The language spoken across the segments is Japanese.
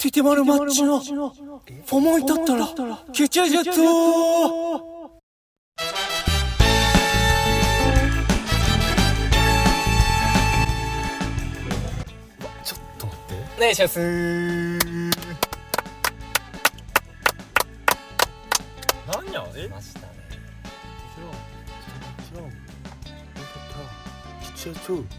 テテマルマッチのフォモイタッタラケチャジャット。ちょっと待ってお願いしますー。 何や来ましたね。 ケチャジャット。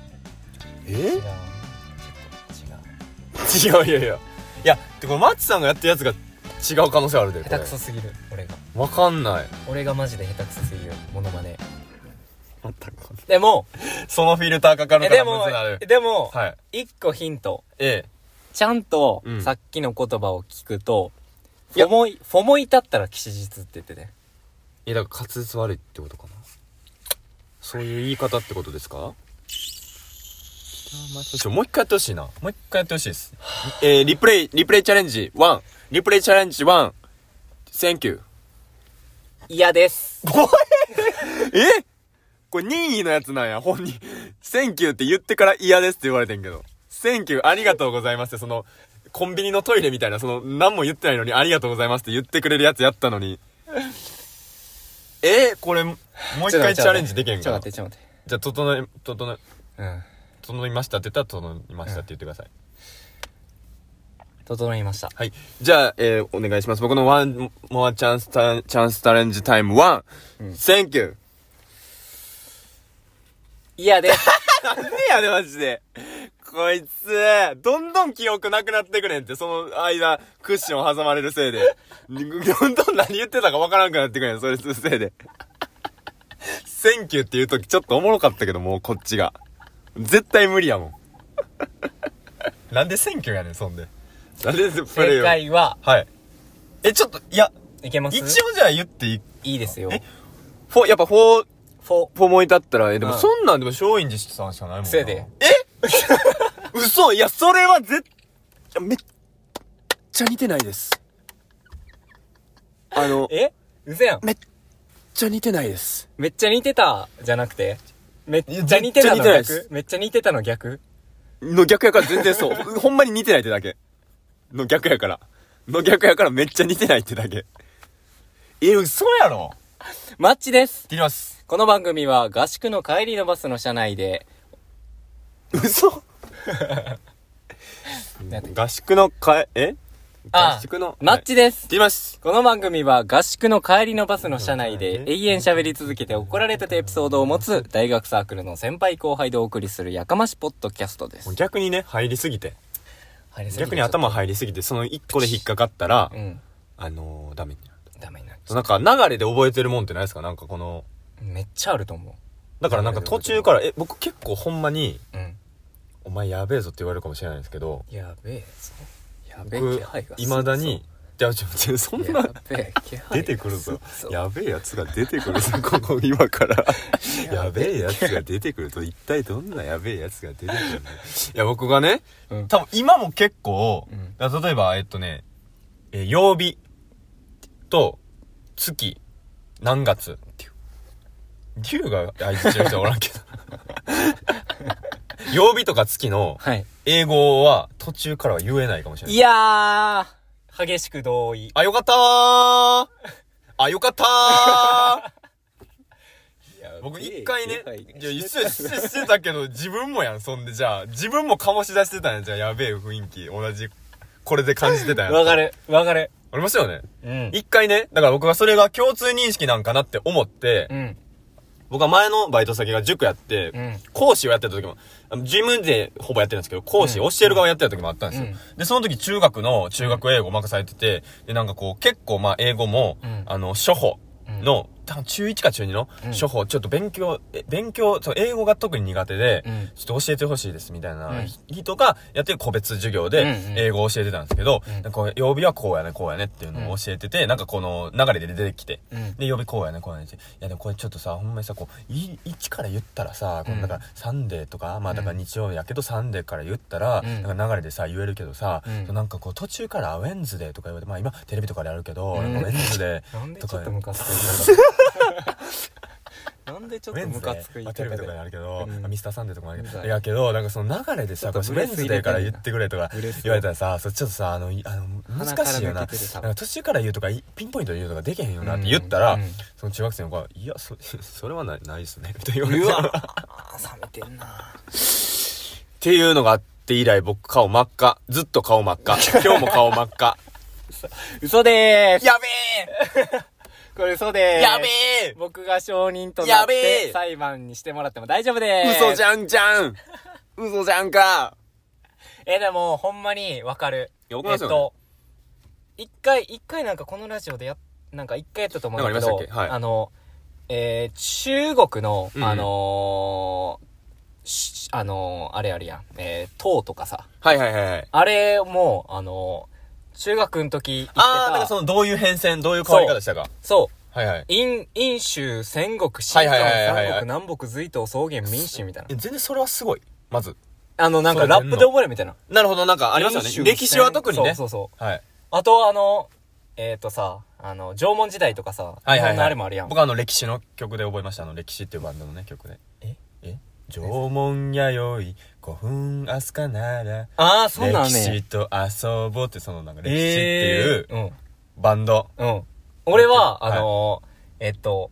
違ういやってこれマッチさんがやってるやつが違う可能性あるで。 下手くそすぎる。俺がわかんない。 俺がマジで下手くそすぎるモノマネ。 全くでもそのフィルターかかるからむずなる。 でもはい一個ヒント。 えちゃんとさっきの言葉を聞くと、フォモイタったら吉日って言ってて。 いやだから滑舌悪いってことかな。そういう言い方ってことですか。もう一回やってほしいな。もう一回やってほしいです。リプレイチャレンジ1。リプレイチャレンジ1。Thank you。 嫌です。 これ任意のやつなんや、本人。Thank you って言ってから嫌ですって言われてんけど。Thank you ありがとうございますって、その、コンビニのトイレみたいな、その、何も言ってないのにありがとうございますって言ってくれるやつやったのに。これ、もう一回チャレンジできへんかな。 ちょっと待って。 じゃあ、 うん。 整いましたって言ったら整いましたって言ってください。 整いました。 はい。じゃあ、お願いします。僕のワンモアチャンスチャレンジタイム1。Thank you。 嫌です。 なんでやねん、マジで。こいつ、どんどん記憶なくなってくれんって、その間、クッション挟まれるせいで。どんどん何言ってたかわからんくなってくれん、それするせいで。Thank you って言うときちょっとおもろかったけど、もうこっちが。絶対無理やもん。なんでThank youやねん、そんで。なんでプレイ正解は、 はい。ちょっと、いや、 いけます？ 一応じゃあ言っていいですよ。 やっぱフォモイだったら、でもそんなんでも松陰寺さんしかないもんな。 せいで。 嘘。いや、それはめっちゃ似てないです。 嘘やん。 めっちゃ似てないです。 めっちゃ似てたじゃなくて、めっちゃ似てたの逆？めっちゃ似てたの逆？ の逆やから全然そう。ほんまに似てないってだけ。の逆やからめっちゃ似てないってだけ。嘘やろ。 マッチです。 切ります。 この番組は合宿の帰りのバスの車内で、 嘘合宿の合宿のマッチです。 切ります。 この番組は合宿の帰りのバスの車内で永遠喋り続けて怒られたエピソードを持つ大学サークルの先輩後輩でお送りするやかましポッドキャストです。 逆にね、入りすぎて逆に頭入りすぎて、その一個で引っかかったら、ダメになる。 ダメになる。 なんか流れで覚えてるもんってないですか？なんかこのめっちゃあると思う。 だからなんか途中から僕結構ほんまに、お前やべえぞって言われるかもしれないんですけど、 やべえぞ、やべえ気配がするぞ。 未だにそんなやべえ気配出てくるぞ、やべえやつが出てくるぞここ今からやべえやつが出てくると、一体どんなやべえやつが出てくるの？いや僕がね、多分今も結構、例えば曜日と月何月竜が相槌の人はおらんけど曜日とか月の英語は途中からは言えないかもしれない。 いやー、激しく同意。 よかったー僕一回ね、してたけど自分もやん。そんでじゃあ自分も醸し出してたんや。じゃあやべえ雰囲気同じこれで感じてたんや。 わかるありますよね。一回ね、だから僕がそれが共通認識なんかなって思って、僕は前のバイト先が塾やって、講師をやってた時も、ジムでほぼやってるんですけど、講師、教える側やってた時もあったんですよ。で、その時中学英語任されてて、で、なんかこう、結構英語も、初歩の、多分中1か中2の初歩、ちょっと勉強、英語が特に苦手で、ちょっと教えてほしいですみたいな人がやってる個別授業で英語を教えてたんですけど、なんか曜日はこうやねっていうのを教えてて、なんかこの流れで出てきて、で、曜日こうやねって、いやでもこれちょっとさ、ほんまにさ、こう、1から言ったらさ、このだからサンデーとか、だから日曜やけどサンデーから言ったら、なんか流れでさ、言えるけどさ、なんかこう途中からウェンズデーとか言われて、今テレビとかであるけど、ウェンズデーとか。 なんでちょっとムカつくんだろうなんでちょっとムカつく言い方で。 テレビとかにあるけど、 うんミスターサンデーとかもあるけど、 うんいやけど、なんかその流れでさ、 ちょっとウェンズデーから言ってくれとか言われたらさ、ちょっとさ、難しいよな。 鼻から抜けてる多分なんか途中から言うとか、ピンポイントで言うとかできへんよなって言ったら、 うんその中学生の子は、いや、それはないですね。みたいな言うわれて。 わ冷めてんな。 っていうのがあって以来、僕顔真っ赤。ずっと顔真っ赤。今日も顔真っ赤。 嘘でーす。 やべこれ嘘でーす。 やべえ僕が証人となっやべえて裁判にしてもらっても大丈夫でーす。 嘘じゃんじゃん嘘じゃんかでも、ほんまにわかる。 いやわかりますよね一回なんかこのラジオでなんか一回やったと思うんだけなんかありましたっけど、 はい中国の、 うんあれあるやん。唐とかさ。 はいはいはいはい。 あれも、中学の時行ってた。 なんかその、どういう変遷、どういう変わり方したか。 そう。 はいはい。 陰州、戦国、新はいはいはいはい三国、南北、隋唐、草原、民衆みたいな。 全然それはすごい。まず。 なんかラップで覚えるみたいな。 なるほど、なんかありますよね。歴史は特にね。 そうそうそう。 はい。 あと縄文時代とかさ、 はいはい日本のはい。 あれもあるやん。 僕歴史の曲で覚えました。歴史っていうバンドのね、曲で。 え縄文弥生、古墳飛鳥なら、 ああ、そうなん歴ね。 史と遊ぼうってそのなんか歴史っていううん。 バンド。 うん。俺は、 はい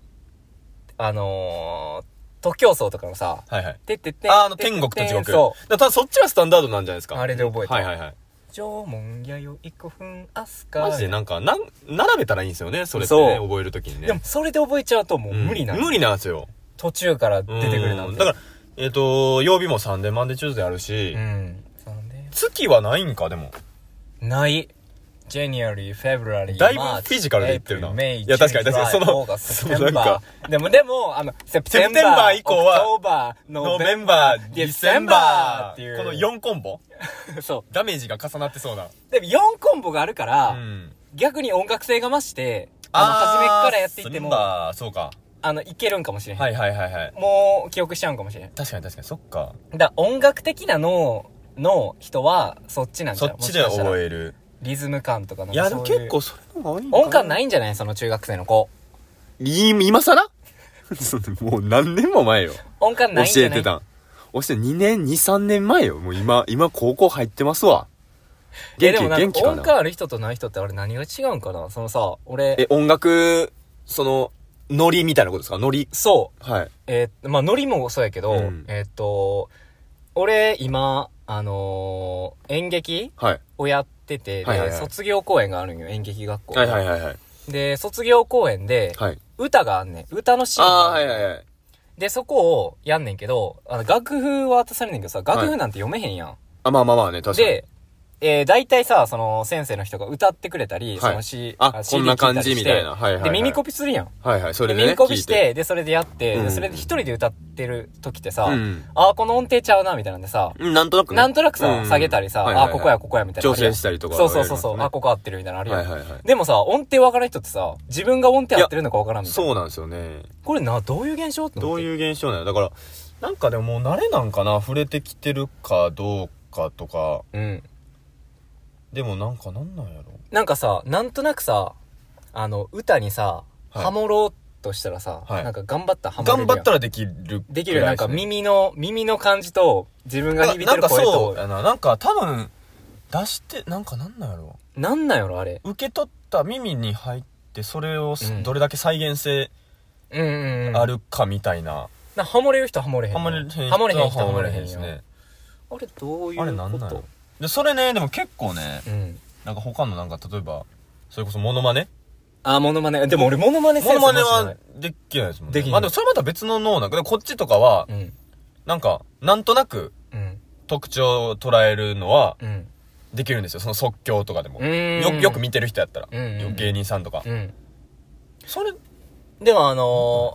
徒競走とかのさ、 はいはい。 てってって天国と地獄。 そだからそっちはスタンダードなんじゃないですう。 か。 あれで覚えた。 はいはいはい。 縄文弥生古墳飛鳥。 マジでなんか、並べたらいいんですよね、それってね、 そう覚えるときにね。 でも、それで覚えちゃうともう無理なの。 無理なんですよ。 途中から出てくるなんて。 だから、曜日もサンデーマンデーチューズデーあるし、 そうね。 月はないんか、でも。 ない。January, February, だいぶフィジカルで言ってるな April, May, いや確かに確かに June, その July, August, そのなんか September でも、セプテンバー以降は October, ノベンバー、ディセンバーっていう。 この4コンボそダメージが重なってそうな。 う。でも4コンボがあるから、 うん。 逆に音楽性が増して、初めっからやっていっても、 そうか。 いけるんかもしれへん。 はいはいはいはい。 もう、記憶しちゃうんかもしれへん。 確かに確かに、そっか。 音楽的な脳の人は、そっちなんちゃそうっちで覚える。 リズム感とかの。 いや、でも結構それの方がいいのかな。 音感ないんじゃないその中学生の子。 今更もう何年も前よ。 音感ないんじゃない教えてたん。2年、2、3年前よ。もう今高校入ってますわ。元気、 でもなん元気かな。 音感ある人とない人ってあれ何が違うんかなそのさ、俺。 音楽、ノリみたいなことですか？ノリ。 そはい。 う。ノリもそうやけど、 うん俺今、演劇はい。 をやってて、 はいはいはいで、卒業公演があるんよ、演劇学校。 はいはいはいはい。 で、卒業公演で、 はい。 歌があんねん。歌のシーンがあんねん。 はいはい。 で、そこをやんねんけど、楽譜は渡されんねんけどさ、楽譜なんて読めへんやん。 まあね、確かに。 で、大体さ、その先生の人が歌ってくれたり、 はいそのこんな感じみたいな。はいはいはい。 で、耳コピするやん。 はいはい、それで、 でね。 耳コピし聞いて、 て、で、それでやって、 うんで、それで一人で歌ってる時ってさ、 うんこの音程ちゃうな、みたいなんでさ、 なんとなくね。 なんとなくさ、 うん下げたりさ、 はいはいはいここや、みたいなのあるやん。 調整したりとかそうそうそうそう、 ありますねここ合ってるみたいなのあるやん。 はいはいはい。 でもさ、音程わからん人ってさ、自分が音程合ってるのかわからんみたいな。 そうなんですよね。 これどういう現象って思って。 どういう現象なの？だから、なんかでももう慣れなんかな？触れてきてるかどうかとか。 うん。 でもなんかなんやろ？ なんかさ、なんとなくさ、歌にさ、 はいハモろうとしたらさ、 はいなんか頑張ったらハモれるやん。 頑張ったらできる。 できるよ。なんか耳の感じと、自分が響いてる声と。 なんか多分、出して、なんやろ？ なんなんやろ、あれ。 受け取った耳に入って、それをうんどれだけ再現性あるかみたいな。 ハモれる人はハモれへん。 ハモれへん人ハモれへん人ははハモれへんよ。 ですね。 あれどういうこと？ あれなんなんやろ？で、それね、でも結構ね、 うん。 なんか他のなんか例えば、それこそモノマネモノマネ。でも俺モノマネセンスモノマネマジでな。 はいできないですもんね。 できないまあでもそれまた別の脳なんかで、こっちとかは、 うん。 なんか、なんとなくうん。 特徴を捉えるのはうん。 できるんですよ。その即興とかでも。 うんよく見てる人やったら。 うん芸人さんとか。 うん。 それ、 でも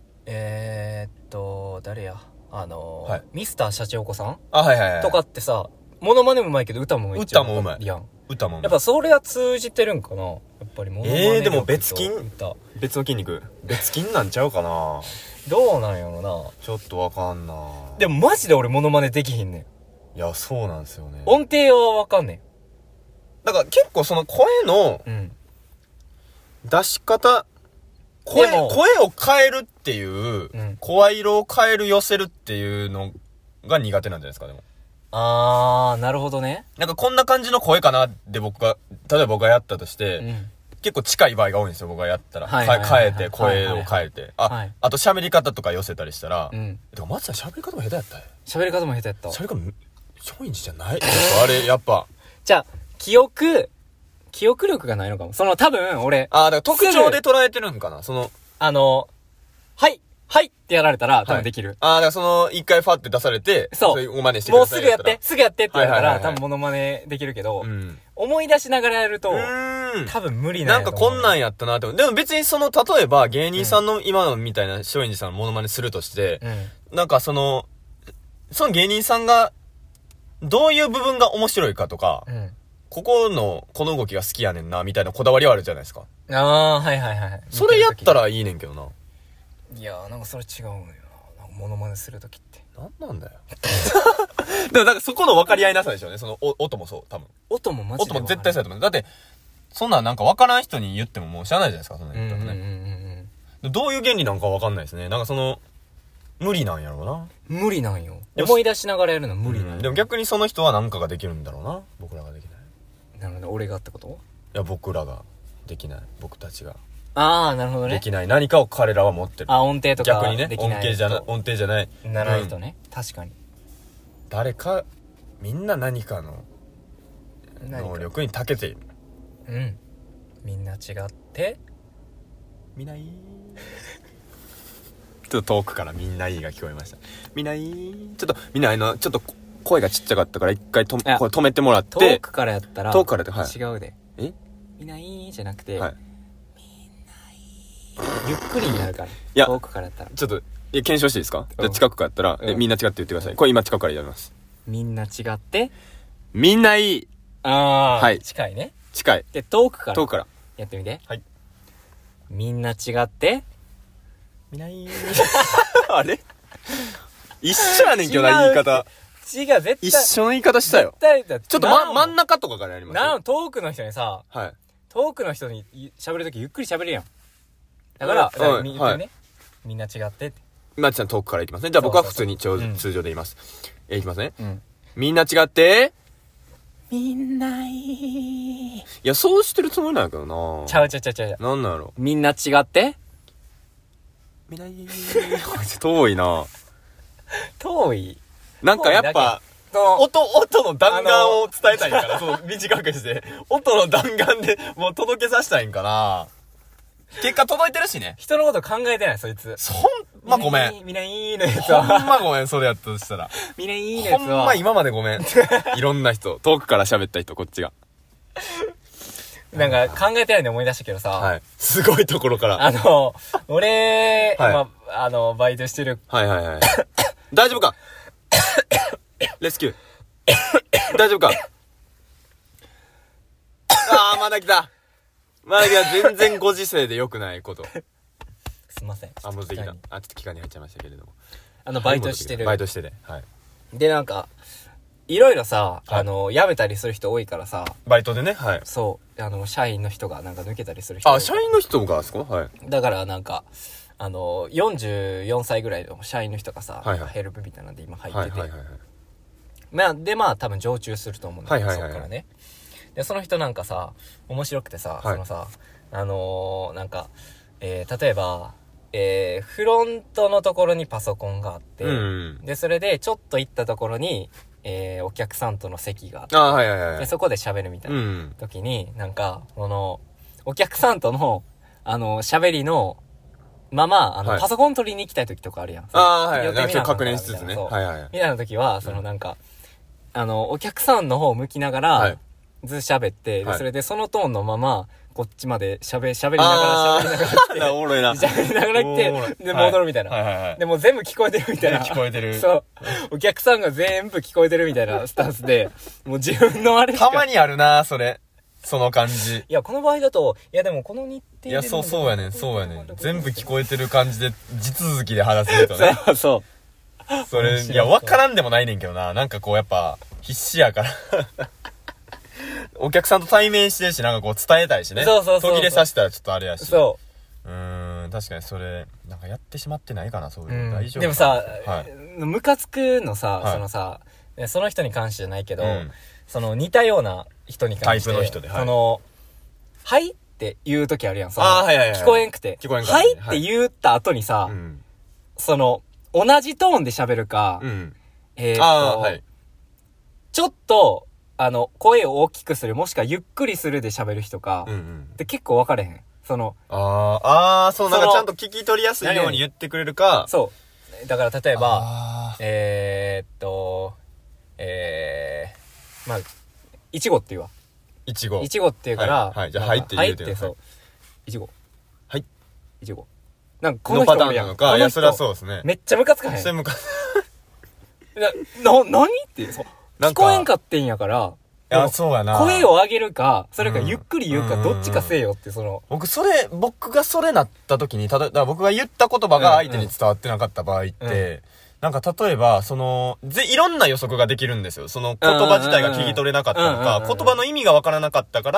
誰やはいミスターシャチホコさんはいはいはい。 とかってさ、モノマネもうまいけど歌もめっちゃ歌もうまいやん。 歌も。 やっぱそれは通じてるんかなやっぱりモノマネ力とでも別筋歌別の筋肉。別筋なんちゃうかなどうなんやろな。 ちょっとわかんなでもマジで俺モノマネできひんねん。 いや、そうなんですよね。 音程はわかんねだから結構その声のん。うん。 出し方声を変えるっていう、声色を変える、寄せるっていうのが苦手なんじゃないですか、でも。 なるほどね。 なんかこんな感じの声かなって例えば僕がやったとして、結構近い場合が多いんですよ、僕がやったら。変えて、声を変えて。あと喋り方とか寄せたりしたら、でも松さん喋り方も下手やったよ。 喋り方も下手やった。 喋り方も、松陰寺じゃないあれ、やっぱ。 じゃあ、記憶力がないのかも。多分、俺。 だから特徴で捉えてるんかなはいってやられたら、多分できる。 だから一回ファって出されて、 そう。 お真似してください。 もうすぐやってって言われたら、多分モノマネできるけど、思い出しながらやると、多分無理なんかこんなんやったなって。でも別に例えば芸人さんの今のみたいな松陰寺さんのモノマネするとして、なんかその芸人さんが、どういう部分が面白いかとか、この動きが好きやねんな、みたいなこだわりはあるじゃないですか。 はい。 それやったらいいねんけどな。 いやー、なんかそれ違うのよな。モノマネするときって。 なんだよ。でもなんかそこの分かり合いなさでしょうね。音もそう、多分。 音もマジで。 音も絶対そうやと思う。だって、そんなんなんか分からん人に言ってももう知らないじゃないですか、そんなん言ったらね。どういう原理なんか分かんないですね。なんか無理なんやろうな。 無理なんよ。思い出しながらやるの無理なんよ。 でも逆にその人は何かができるんだろうな。僕らができない。 なるほど、俺がってこと？ いや、僕らができない。僕たちが。 なるほどね。 できない何かを彼らは持ってる。 音程とか。 逆にね、音程じゃない。 なるほどね。確かに。 みんな何かの能力に長けている。 みんな違って、 みんないい。ちょっと遠くからみんないいが聞こえました。みんないい。ちょっとみんなちょっと声がちっちゃかったから一回止めてもらって。 遠くからやったら。 遠くからで、はい。 違うで。みんないいじゃなくて、 はい。 ゆっくりになるから。 いや、 遠くからやったら。 ちょっと、検証していいですか？じゃあ近くからやったら、みんな違って言ってください。これ今近くからやります。 みんな違って、 みんないい。はい。 近いね。 近い。 で、遠くから。 遠くから。 やってみて。 はい。 みんな違って、 みんないい。あれ一緒やねんけどな、言い方。 違う、絶対。 一緒の言い方したよ。 絶対だ。 ちょっと真ん中とかからやります。 遠くの人にさ、 はい。 遠くの人に喋るときゆっくり喋るやん。だから、言ってね。みんな違ってって。 まちゃん遠くからいきますね。じゃあ僕は普通に通常で言います。いきますね。みんな違って、 みんないい。 いや、そうしてるつもりなんやけどな。 ちゃう。 なんなんやろ。 みんな違って、 みんないい。遠いな。 遠い。 なんかやっぱ、音の弾丸を伝えたいんかな。短くして。音の弾丸でもう届けさせたいんかな。結果届いてるしね。 人のこと考えてない、そいつ。 まごめん。 みんないいのやつは。 ほんまごめん、それやったとしたら。 みんないいのやつは。 ほんま今までごめん。いろんな人、遠くから喋った人、こっちが。 なんか考えてないんで思い出したけどさ。 はい。すごいところから。 俺、今、バイトしてる。 はい。大丈夫かレスキュー。大丈夫かまだ来た。全然ご時世で良くないこと。 すいません。 もうできた。ちょっと期間に入っちゃいましたけれども。 バイトしてる。 バイトしてて。はい。 で、なんか、いろいろさ、辞めたりする人多いからさ。 バイトでね、はい。 そう。社員の人がなんか抜けたりする人。 社員の人がですか？はい。 だからなんか、44歳ぐらいの社員の人がさ、ヘルプみたいなんで今入ってて。多分常駐すると思うんだけど、そっからね。で、その人なんかさ、面白くてさ、なんか、例えば、フロントのところにパソコンがあって、で、それでちょっと行ったところに、お客さんとの席があって、で、そこで喋るみたいな時に、なんか、お客さんとの、喋りのまま、パソコン取りに行きたい時とかあるやん。 確認しつつね。 みたいな時は、なんか、お客さんの方を向きながら、ずっと喋って、で、それでそのトーンのまま、こっちまで喋りながら喋りながら来て、で、戻るみたいな。で、もう全部聞こえてるみたいな。 聞こえてる。 そう。お客さんが全部聞こえてるみたいなスタンスで、もう自分のあれしか。 たまにあるな、それ。その感じ。 いや、この場合だと、いやでもこの日程で。 いや、そうやねん。全部聞こえてる感じで、地続きで話すとね。 そう。 それ、いや、わからんでもないねんけどな。なんかこう、やっぱ、必死やから。お客さんと対面してるし、なんかこう伝えたいしね。 そう。 途切れさせたらちょっとあれやし。 そう。 確確かにそれなんかやってしまってないかな、そういう、大丈夫でもさ、 はい、 ムカつくのさ、 はい、 そのさ、その人に関してじゃないけど、 その似たような人に関して、 タイプの人で、はい、 はいって言う時あるやん。 はいはいはい、 聞こえんくて。 聞こえんか、 はいって言った後にさ、同じトーンで喋るか、 はい、 ちょっと、声を大きくする、もしくはゆっくりするで喋る人か、って結構分かれへん。そう、なんかちゃんと聞き取りやすいように言ってくれるか。 そう。だから例えば、まあ、いちごって言うわ。いちごって言うから、 はい、じゃあ、はいって言うて。 はいって、そう。いちご。 はい。 いちご。なんか、この人パターンなのか。いや、そりゃそうですね。 めっちゃムカつかへん。 それムカつ何ってそう。聞こえんかってんやから、 いや、そうやな。 声を上げるか、それかゆっくり言うか、どっちかせえよって、 僕がそれなった時に、僕が言った言葉が相手に伝わってなかった場合って、なんか例えば、いろんな予測ができるんですよ。その言葉自体が聞き取れなかったのか、言葉の意味がわからなかったから、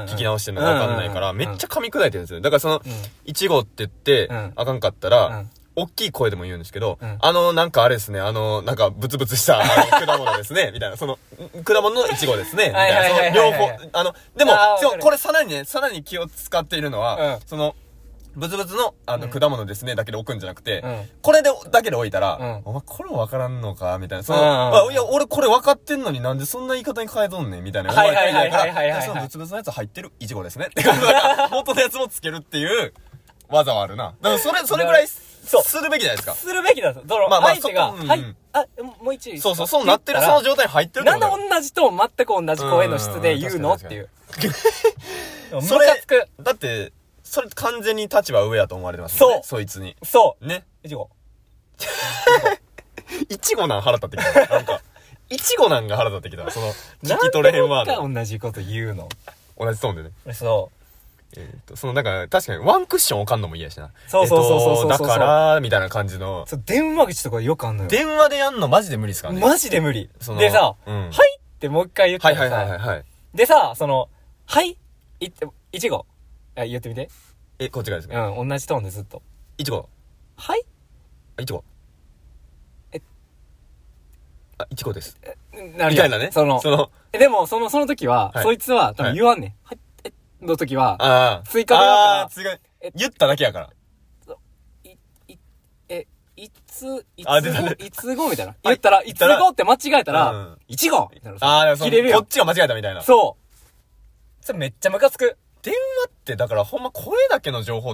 聞き直してるのがわかんないから、めっちゃ噛み砕いてるんですよ。だからいちごって言って、あかんかったら、大きい声でも言うんですけど、なんかあれですね、なんかブツブツした果物ですね、みたいな、果物のイチゴですね、みたいな、両方、でも、これさらに気を使っているのは、ブツブツの、果物ですね、だけで置くんじゃなくて、これだけで置いたら、お前これもわからんのか、みたいな、いや、俺これ分かってんのになんでそんな言い方に変えとんねん、みたいな。そのブツブツのやつ入ってるイチゴですね。って元のやつもつけるっていう技はあるな。だからそれぐらい、するべきじゃないですか。 するべきだぞ。相手が、はい、もう一そう、なってる、その状態に入ってるってことなんで同じと全く同じ声の質で言うのっていう。ムカつく。 だって、それ完全に立場上やと思われてますもんね。そいつに。 そう。 ね。 いちご。 いちごなん腹立ってきた。なんか、いちごなんが腹立ってきた。聞き取れへんワード。 なんで同じこと言うの？ 同じトーンでね。 そう。 なんか、確かにワンクッション置かんのも嫌やしな。 そう。 だから、みたいな感じの。 電話口とかよくあんのよ。 電話でやんのマジで無理っすかね。 マジで無理。でさ、はいってもう一回言ってはい。 でさ、はいいちご。言ってみて。 こっちがですか？ 同じトーンでずっと。 いちご。 はいいちご。いちごです。 なるみたいなね。 でも、その時は、そいつは多分言わんねん。はい。の時は、追加で言うから。 言っただけやから。 いつごみたいな。言ったら、いつごって間違えたら、いちごみたいな。切れるやん。 こっちが間違えたみたいな。 そう。それめっちゃムカつく。 電話って、だからほんま声だけの情報って、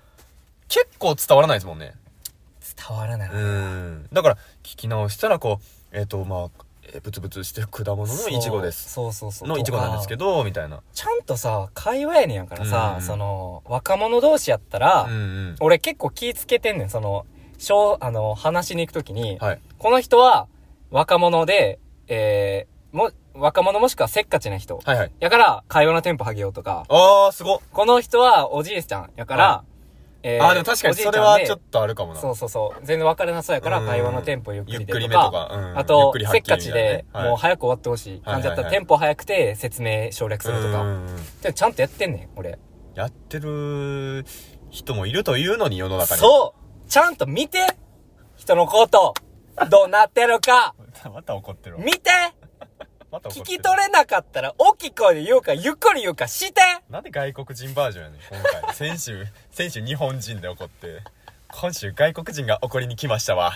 結構伝わらないですもんね。 伝わらない。 だから、聞き直したらブツブツしてる果物のイチゴです。 そう。 のイチゴなんですけど、みたいな。 ちゃんとさ、会話やねんやからさ、若者同士やったら、俺結構気ぃつけてんねん。話しに行くときに、この人は若者で、若者もしくはせっかちな人。やから、会話のテンポ上げようとか。 すごっ。 この人はおじいちゃんやから、 でも確かにそれはちょっとあるかもな。 そう。全然分からなそうやから、会話のテンポゆっくりでとか。あと、せっかちで、もう早く終わってほしい感じだったら、テンポ早くて説明省略するとか。でちゃんとやってんねん、俺。 やってる人もいるというのに、世の中に。 そうちゃんと見て人のこと、どうなってるかまた怒ってるわ。 見て聞き取れなかったら、大きい声で言うか、ゆっくり言うかして。 なんで外国人バージョンやねん、今回。先週日本人で怒って、今週外国人が怒りに来ましたわ。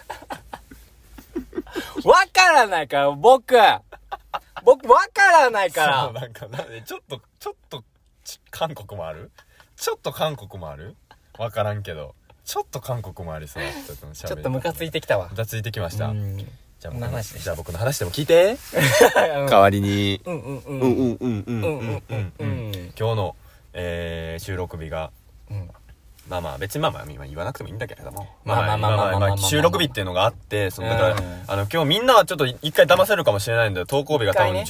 わからないから、僕わからないから。 そう、なんか、ちょっと、韓国もある？ちょっと韓国もある？わからんけど。ちょっと韓国もありそう。 ちょっとムカついてきたわ。 ムカついてきました。じゃあ僕の話でも聞いて。代わりに。今日の、収録日が、別に今言わなくてもいいんだけれども。収録日っていうのがあって、だから、今日みんなはちょっと一回騙せるかもしれないんだよ。投稿日が多分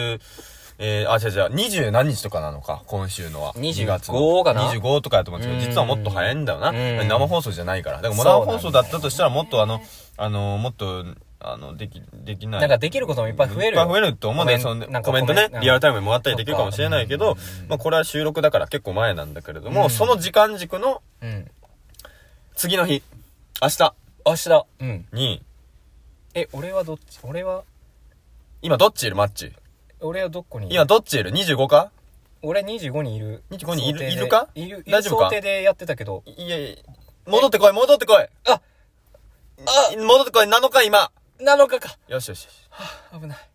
20何日とかなのか、今週のは。2月の。 25かな ?25 とかやと思うんですけど、実はもっと早いんだよな。生放送じゃないから。だから生放送だったとしたらもっともっと、 できない。 なんかできることもいっぱい増えるよ。 いっぱい増えると思うんだよ。コメントね、リアルタイムでもらったりできるかもしれないけど、まあこれは収録だから結構前なんだけれども、その時間軸の、次の日、明日。に、 俺はどっち？ 今どっちいるマッチ？ 俺はどこにいる？ 今どっちいる？ 25 か？ 俺25にいる。 25にいるか？ 大丈夫か？想定でやってたけど。 いや、戻ってこい。戻ってこい、7日今。 7日か。 よし。 危ない。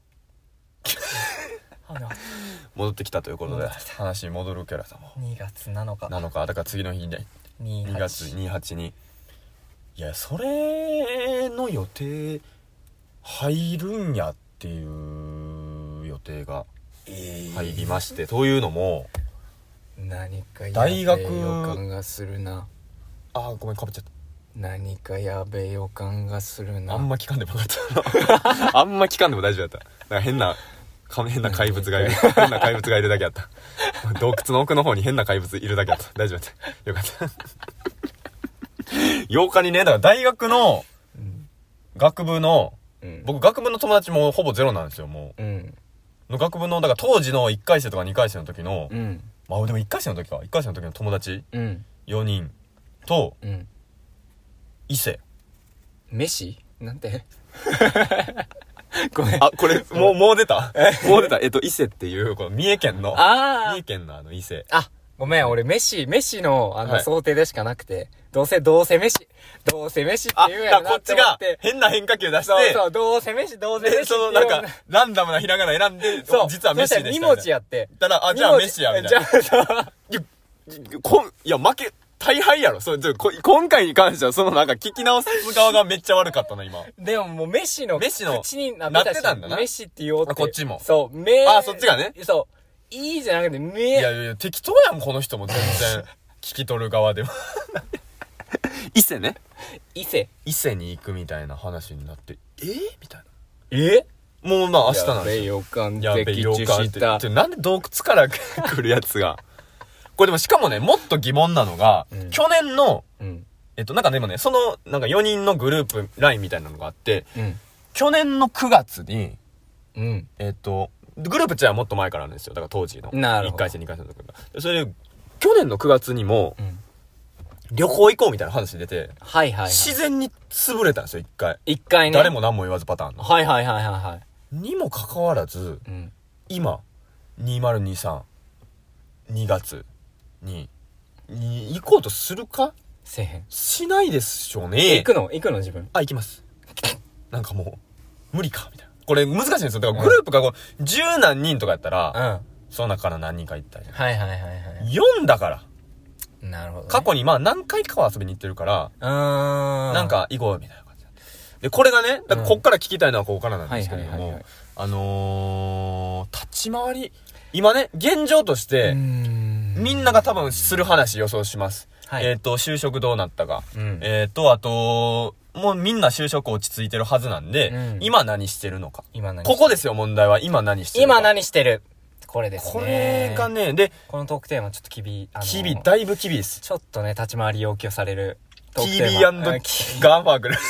戻ってきたということで、話に戻るけれども。 2月7日。 だから次の日で。2月28に。いや、それの予定、入るんやっていう予定が入りまして、というのも、 何かやべえ予感がするな。 ごめん、かぶっちゃった。 何かやべえ予感がするな。 あんま聞かんでもよかったあんま聞かんでも大丈夫だった。なんか変な怪物がいる変な怪物がいるだけだった。洞窟の奥の方に変な怪物いるだけだった。大丈夫だった。よかった8日にね、だから大学の学部の、僕学部の友達もほぼゼロなんですよ、もう、の学部の、だから当時の1回生とか2回生の時の、まあでも1回生の時の友達、4人と、伊勢。 飯なんてごめん。 これ、もう出た伊勢っていう、この三重県の伊勢。 ごめん、俺、飯の、想定でしかなくて、どうせ飯って言うやろなって思って。 こっちが変な変化球出して。 そう、どうせ飯ってそのなんか、ランダムなひらがな選んで、実は飯でした。 2文字やって。 じゃあ飯や、みたいな。いや、負け、大敗やろ。今回に関しては、なんか聞き直す側がめっちゃ悪かったな、今。 でももう、飯の口になってたんだな。 飯って言おうって。 こっちも。 そう、 そっちがね。 そう。いいじゃなくて、 いや、適当やん、この人も全然。聞き取る側でも。伊勢ね。伊勢に行くみたいな話になって、みたいな。もうまあ明日なんですよ。 やべえ予感した。 なんで洞窟から来るやつが。これでもしかもね、もっと疑問なのが、去年の、なんかでもね、なんか4人のグループ LINE みたいなのがあって、去年の9月に、グループちゃはもっと前からなんですよ。だから当時の。1回生、2回生の時が。それで、去年の9月にも、旅行行こうみたいな話出て、自然に潰れたんですよ、一回ね。誰も何も言わずパターンの。にもかかわらず、今、2023、2月に行こうとするか？ せえへん。 しないでしょうね。 行くの自分。 行きます。なんかもう、無理か、みたいな。これ難しいんですよ。だからグループが10何人とかやったら、その中から何人か行ったり。4だから。 なるほど、 過去に何回かは遊びに行ってるから、なんか行こうみたいな感じで、これがね、こっから聞きたいのはここからなんですけれども、立ち回り、今ね、現状として、みんなが多分する話予想します。就職どうなったか。あと、もうみんな就職落ち着いてるはずなんで、今何してるのか。ここですよ、問題は。今何してるのか。 今何してる。これですね。 これがね、で、 このトークテーマちょっとだいぶ厳しいです。 ちょっとね、立ち回り要求されるトークテーマ。ガーファーグル。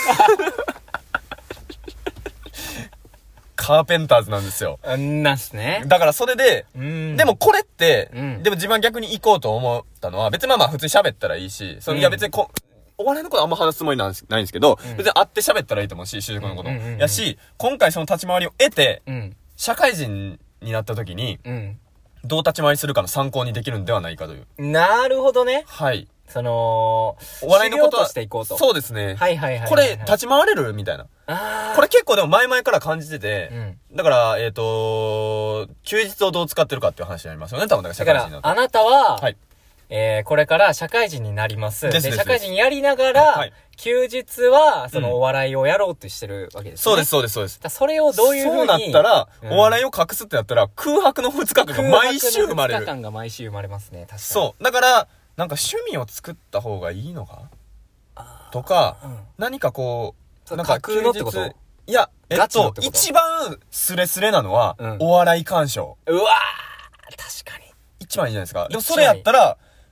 カーペンターズなんですよ。 なんすね。 だからそれで、でもこれって、でも自分は逆に行こうと思ったのは、別に普通に喋ったらいいし、いや別にお笑いのことあんま話すつもりないんですけど、別に会って喋ったらいいと思うし、就職のこと。やし、今回その立ち回りを得て、社会人になった時に、どう立ち回りするかの参考にできるんではないかという。 なるほどね。 はい。 お笑いのことはしていこうと。 そうですね。 これ、立ち回れるみたいな。これ結構でも前々から感じてて、だから、休日をどう使ってるかっていう話になりますよね、多分。だからあなたは、これから社会人になります。で、社会人やりながら、休日は、お笑いをやろうとしてるわけですね。 そうです。 それをどういう風に。 そうなったら、お笑いを隠すってなったら、空白の2日間が毎週生まれる。 2日間が毎週生まれますね、確かに。 そう。だから、なんか趣味を作った方がいいのかとか、何かなんか空のってこと？ いや、一番スレスレなのは、お笑い鑑賞。 うわー、確かに。 一番いいじゃないですか。でもそれやったら、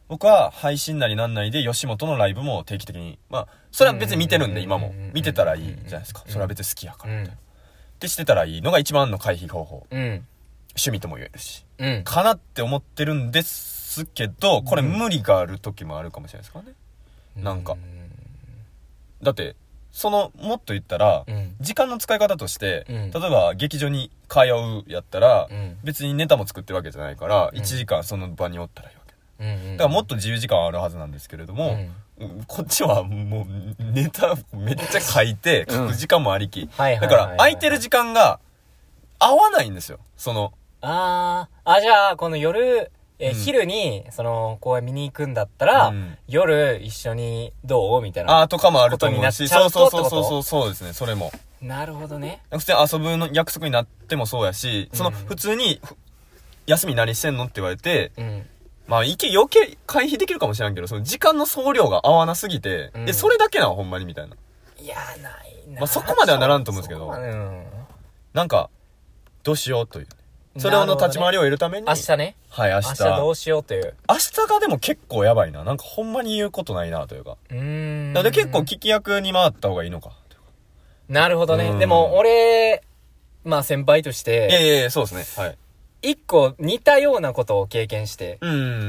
僕は配信なりなんなりで吉本のライブも定期的に、まあ、それは別に見てるんで今も。見てたらいいじゃないですか。それは別に好きやから。ってしてたらいいのが一番の回避方法。趣味とも言えるし。かなって思ってるんですけど、これ無理がある時もあるかもしれないですからね。なんか。だって、もっと言ったら、時間の使い方として、例えば劇場に通うやったら、別にネタも作ってるわけじゃないから、1時間その場におったらいいわけ。だからもっと自由時間はあるはずなんですけれども、こっちはもうネタめっちゃ書いて、書く時間もありき。だから空いてる時間が合わないんですよ。 じゃあ、この夜、昼に、公園見に行くんだったら、夜一緒にどうみたいな。 とかもあると思うし、そうですね、それも。 なるほどね。 普通に遊ぶの約束になってもそうやし、普通に、休み何してんのって言われて、まあ、余計回避できるかもしれんけど、その時間の総量が合わなすぎて、それだけなのほんまにみたいな。 いや、ないな。 まあ、そこまではならんと思うんですけど、なんか、どうしようという。それの立ち回りを得るために。 明日ね。 はい、明日どうしようという。 明日がでも結構やばいな。なんかほんまに言うことないなというか。なので結構聞き役に回った方がいいのか。 なるほどね。でも、俺、まあ先輩として。 いや、そうですね。はい。 一個似たようなことを経験して。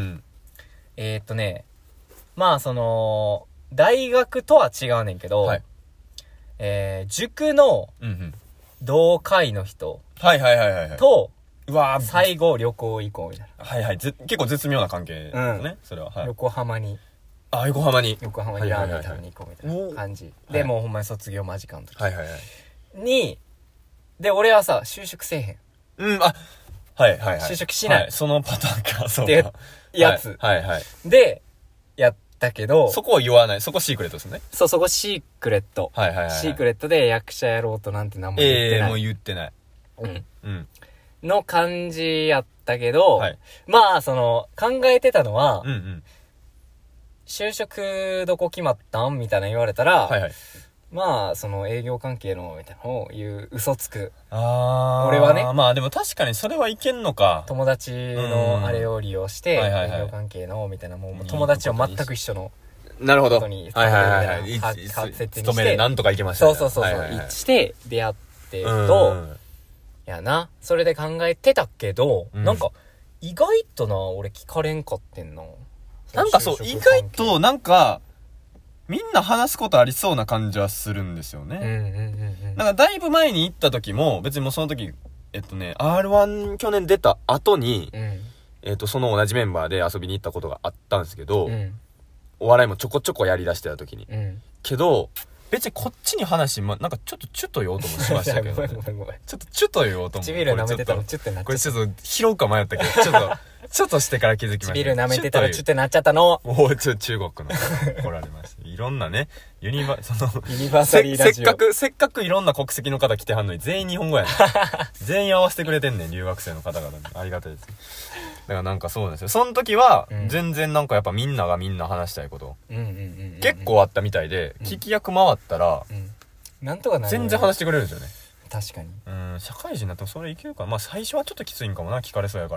まあ大学とは違うねんけど、はい、塾の、同会の人。と、最後旅行行こうみたいな。結構絶妙な関係ですね。それは。 横浜に。 横浜にラーメン食べに行こうみたいな感じ。で、もうほんまに卒業間近の時。に、で、俺はさ、就職せえへん。就職しない。 そのパターンか、そうか。 で、やつ。で、やったけど。 そこを言わない。そこシークレットですね。 そう、そこシークレット。シークレットで役者やろうとなんて何も言ってない。 もう言ってない。 の感じやったけど、まあ、考えてたのは、就職どこ決まったんみたいな言われたら、まあ、営業関係の、みたいなのを言う、嘘つく。俺はね。 まあでも確かにそれはいけんのか。 友達のあれを利用して、営業関係の、みたいな、もう友達は全く一緒の。 なるほど。 ことに、 勤めるなんとかいけましたね。 そう。一致して出会ってと、やな。それで考えてたけど、なんか、意外とな、俺聞かれんかってんな。 なんかそう、意外となんか、みんな話すことありそうな感じはするんですよね。なんかだいぶ前に行った時も、別にもうその時、R1 去年出た後に、その同じメンバーで遊びに行ったことがあったんですけど、お笑いもちょこちょこやり出してた時に。けど、別にこっちに話、なんかちょっとチュッと言おうともしましたけど、ね、ちょっとチュッと言おうと思って。 唇舐めてたらチュッてなっちゃった。 これちょっと拾うか迷ったけど、ちょっとしてから気づきました。 唇舐めてたらチュッてなっちゃったの。 中国の来られました。いろんなね、ユニバーサリーラジオ。 せっかくいろんな国籍の方来てはんのに全員日本語やね全員合わせてくれてんねん、留学生の方々に。ありがたいです。だからなんかそうなんですよ。その時は、全然なんかやっぱみんながみんな話したいこと。結構あったみたいで、聞き役回ったら、 なんとかなる。 全然話してくれるんですよね。 確かに。 社会人になってもそれいけるかな。まあ最初はちょっときついんかもな、聞かれそうやから。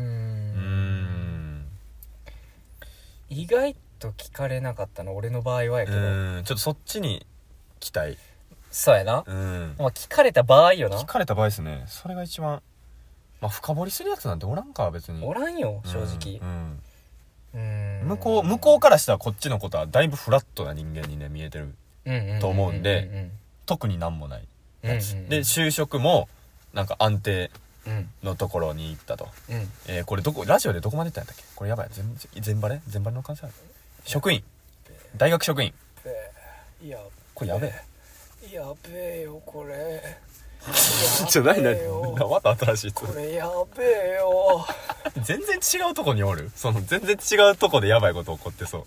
意外と聞かれなかったの、俺の場合はやけど。 ちょっとそっちに期待。 そうやな。まあ聞かれた場合よな。 聞かれた場合ですね。それが一番。まあ深掘りするやつなんておらんか、別に。 おらんよ、正直。 向こうからしたらこっちのことはだいぶフラットな人間にね、見えてると思うんで、特になんもないやつ。で、就職も、なんか安定のところに行ったと。これラジオでどこまで行ったんだっけ？これやばい。全バレの可能性ある。職員。大学職員。これやべえ。 やべえよ、これ。 何また新しいこれやべえよ。 全然違うとこにおる。全然違うとこでやばいこと起こってそう。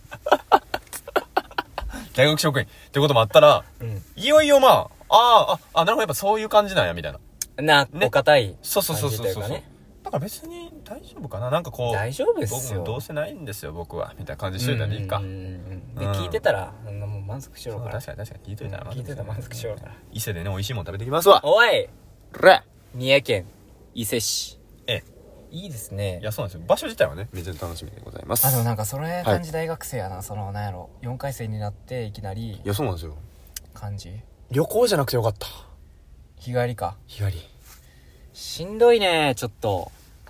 大学職員ってこともあったら、いよいよまあ、なるほど、やっぱそういう感じなんや、みたいな。 お堅い。 そう。だから別に大丈夫かな。なんかこう。 大丈夫っすよ。 僕もどうせないんですよ、僕は。みたいな感じしといたらいいか。で、 聞いてたら、もう満足しろから。 確かに。聞いといたら満足しろから。 伊勢でね、美味しいもん食べてきますわ。 おい三重県伊勢市。 いいですね。 いや、そうなんですよ。場所自体はね、めっちゃ楽しみでございます。 でもなんかそれ感じ大学生やな、その、なんやろ、4回生になっていきなり。 いや、そうなんですよ。 感じ。 旅行じゃなくてよかった。 日帰りか。 日帰り。 しんどいね、ちょっと。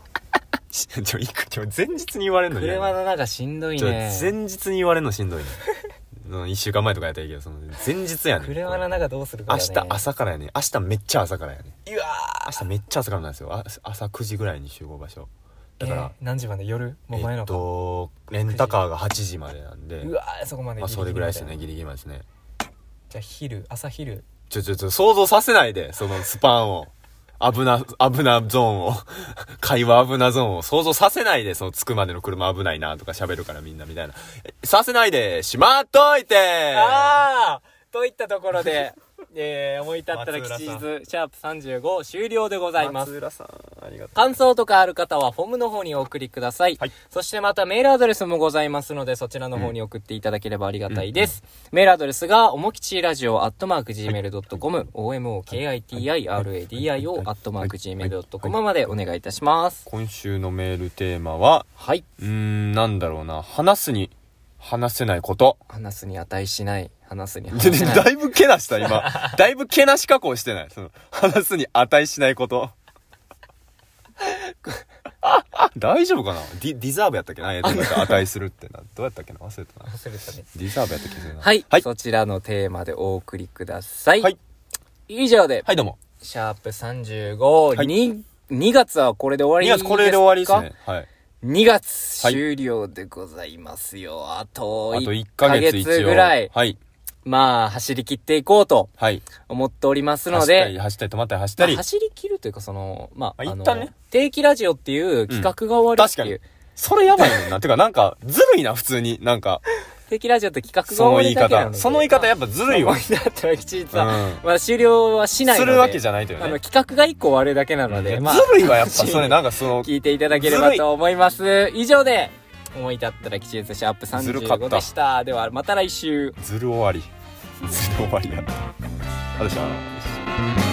前日に言われるのに。 車の中しんどいね。 前日に言われるのしんどいね。1週間前とかやったらいいけど、その前日やね。 車の中どうするかね。 明日朝からやね。明日めっちゃ朝からやね。 うわー。 明日めっちゃ朝からなんですよ。朝9時ぐらいに集合場所。だから、 何時まで？夜？もう前のレンタカーが8時までなんで。 うわー、そこまで。 まあそれぐらいですね、ギリギリまでですね。 じゃあ朝昼。 想像させないで、そのスパンを。危なゾーンを、会話危なゾーンを想像させないで、その着くまでの車危ないなとか喋るからみんなみたいな。させないで、しまっといてといったところで、思い立ったら吉日シャープ35終了でございます。 松浦さん、ありがとう。 感想とかある方はフォームの方にお送りください。はい。そしてまたメールアドレスもございますので、そちらの方に送っていただければありがたいです。メールアドレスが、おもきちラジオ@gmail.com、omokitiradio@gmail.com までお願いいたします。 今週のメールテーマは、 はい。 なんだろうな、話すにないこと。 話すに値しない。話すにだいぶけなした、今。だいぶけなし加工してない。その、話すに値しないこと。大丈夫かな？ディザーブやったっけな？値するってな。どうやったっけな？忘れたな。 忘れたね。 ディザーブやったっけな。 はい。そちらのテーマでお送りください。 はい。 以上で。 はい、どうも。 シャープ35、2月はこれで終わりですか？ 2月これで終わりですね。はい。 2月終了でございますよ。はい、あと1ヶ月ぐらい。 はい。 まあ、走り切っていこうと。はい。思っておりますので。 走ったり止まったり走ったり。 走り切るというか、その、まあ、 一旦ね。 定期ラジオっていう企画が終わるっていう。 確かに。それやばいねんな。てか、なんか、ずるいな、普通に。なんか。 定期ラジオって企画が終わるだけなので。 その言い方やっぱずるいわ。 だったらきちんとまあ終了はしないので。 するわけじゃないとよね。 企画が1個終わるだけなので。 まあ。ずるいわ、やっぱ。それなんかその。 聞いていただければと思います。以上で、思い立ったらきちんとシャープ35でした。では、また来週。 ずる終わり。ずる終わりやった。私は